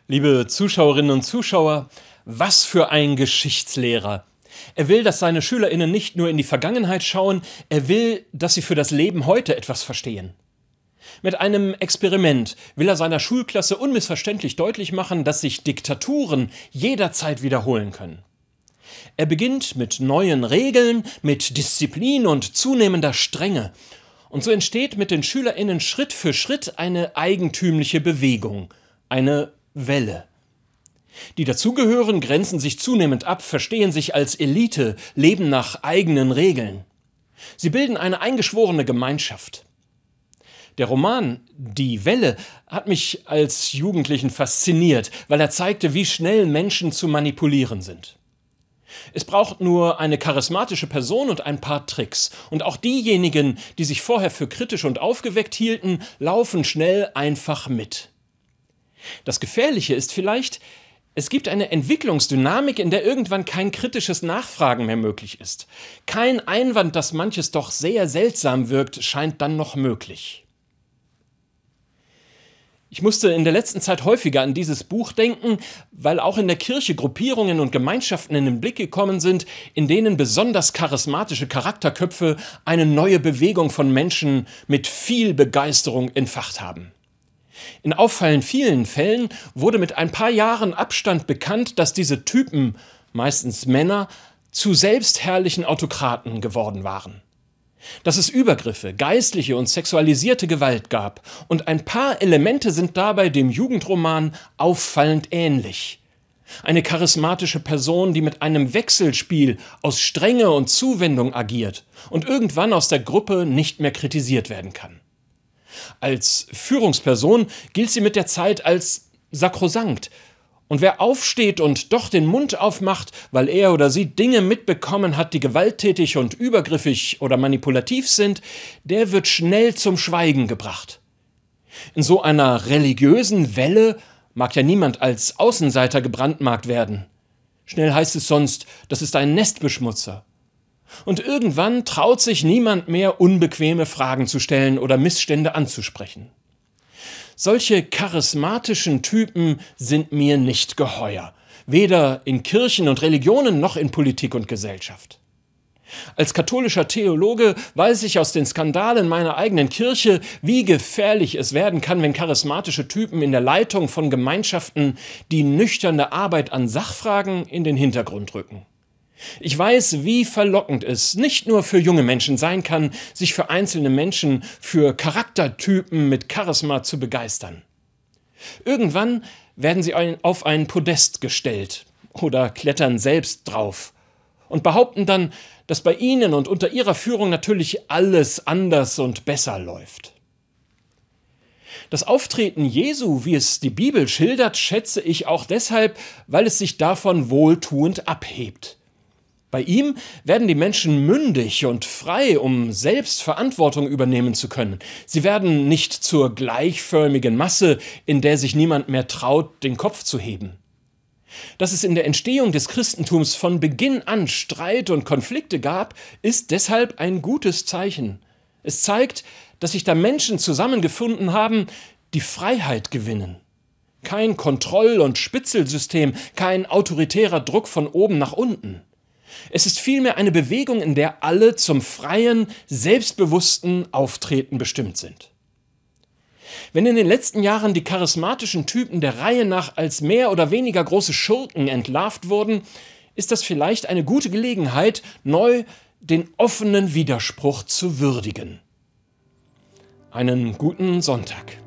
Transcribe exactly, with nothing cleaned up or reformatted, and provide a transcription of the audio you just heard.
Liebe Zuschauerinnen und Zuschauer, was für ein Geschichtslehrer! Er will, dass seine SchülerInnen nicht nur in die Vergangenheit schauen, er will, dass sie für das Leben heute etwas verstehen. Mit einem Experiment will er seiner Schulklasse unmissverständlich deutlich machen, dass sich Diktaturen jederzeit wiederholen können. Er beginnt mit neuen Regeln, mit Disziplin und zunehmender Strenge. Und so entsteht mit den SchülerInnen Schritt für Schritt eine eigentümliche Bewegung, eine Welle. Die dazugehören, grenzen sich zunehmend ab, verstehen sich als Elite, leben nach eigenen Regeln. Sie bilden eine eingeschworene Gemeinschaft. Der Roman Die Welle hat mich als Jugendlichen fasziniert, weil er zeigte, wie schnell Menschen zu manipulieren sind. Es braucht nur eine charismatische Person und ein paar Tricks. Und auch diejenigen, die sich vorher für kritisch und aufgeweckt hielten, laufen schnell einfach mit. Das Gefährliche ist vielleicht, es gibt eine Entwicklungsdynamik, in der irgendwann kein kritisches Nachfragen mehr möglich ist. Kein Einwand, dass manches doch sehr seltsam wirkt, scheint dann noch möglich. Ich musste in der letzten Zeit häufiger an dieses Buch denken, weil auch in der Kirche Gruppierungen und Gemeinschaften in den Blick gekommen sind, in denen besonders charismatische Charakterköpfe eine neue Bewegung von Menschen mit viel Begeisterung entfacht haben. In auffallend vielen Fällen wurde mit ein paar Jahren Abstand bekannt, dass diese Typen, meistens Männer, zu selbstherrlichen Autokraten geworden waren. Dass es Übergriffe, geistliche und sexualisierte Gewalt gab, und ein paar Elemente sind dabei dem Jugendroman auffallend ähnlich. Eine charismatische Person, die mit einem Wechselspiel aus Strenge und Zuwendung agiert und irgendwann aus der Gruppe nicht mehr kritisiert werden kann. Als Führungsperson gilt sie mit der Zeit als sakrosankt. Und wer aufsteht und doch den Mund aufmacht, weil er oder sie Dinge mitbekommen hat, die gewalttätig und übergriffig oder manipulativ sind, der wird schnell zum Schweigen gebracht. In so einer religiösen Welle mag ja niemand als Außenseiter gebrandmarkt werden. Schnell heißt es sonst, das ist ein Nestbeschmutzer. Und irgendwann traut sich niemand mehr, unbequeme Fragen zu stellen oder Missstände anzusprechen. Solche charismatischen Typen sind mir nicht geheuer, weder in Kirchen und Religionen noch in Politik und Gesellschaft. Als katholischer Theologe weiß ich aus den Skandalen meiner eigenen Kirche, wie gefährlich es werden kann, wenn charismatische Typen in der Leitung von Gemeinschaften die nüchterne Arbeit an Sachfragen in den Hintergrund rücken. Ich weiß, wie verlockend es nicht nur für junge Menschen sein kann, sich für einzelne Menschen, für Charaktertypen mit Charisma zu begeistern. Irgendwann werden sie auf ein Podest gestellt oder klettern selbst drauf und behaupten dann, dass bei ihnen und unter ihrer Führung natürlich alles anders und besser läuft. Das Auftreten Jesu, wie es die Bibel schildert, schätze ich auch deshalb, weil es sich davon wohltuend abhebt. Bei ihm werden die Menschen mündig und frei, um selbst Verantwortung übernehmen zu können. Sie werden nicht zur gleichförmigen Masse, in der sich niemand mehr traut, den Kopf zu heben. Dass es in der Entstehung des Christentums von Beginn an Streit und Konflikte gab, ist deshalb ein gutes Zeichen. Es zeigt, dass sich da Menschen zusammengefunden haben, die Freiheit gewinnen. Kein Kontroll- und Spitzelsystem, kein autoritärer Druck von oben nach unten. Es ist vielmehr eine Bewegung, in der alle zum freien, selbstbewussten Auftreten bestimmt sind. Wenn in den letzten Jahren die charismatischen Typen der Reihe nach als mehr oder weniger große Schurken entlarvt wurden, ist das vielleicht eine gute Gelegenheit, neu den offenen Widerspruch zu würdigen. Einen guten Sonntag.